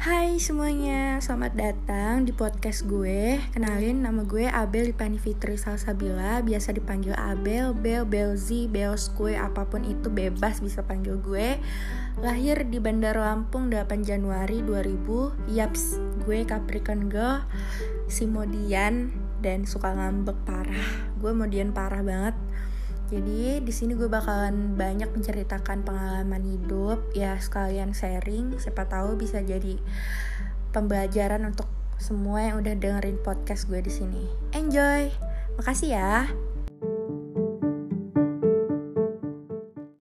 Hai semuanya, selamat datang di podcast gue. Kenalin, nama gue Abel Dipani Fitri Salsabila. Biasa dipanggil Abel, Bel, Belzi, Belskue, apapun itu bebas bisa panggil gue. Lahir di Bandar Lampung 8 Januari 2000. Yaps, gue Capricorn girl, Simodian, dan suka ngambek parah. Gue modian parah banget. Jadi di sini gue bakalan banyak menceritakan pengalaman hidup, ya sekalian sharing, siapa tahu bisa jadi pembelajaran untuk semua yang udah dengerin podcast gue di sini. Enjoy, makasih ya.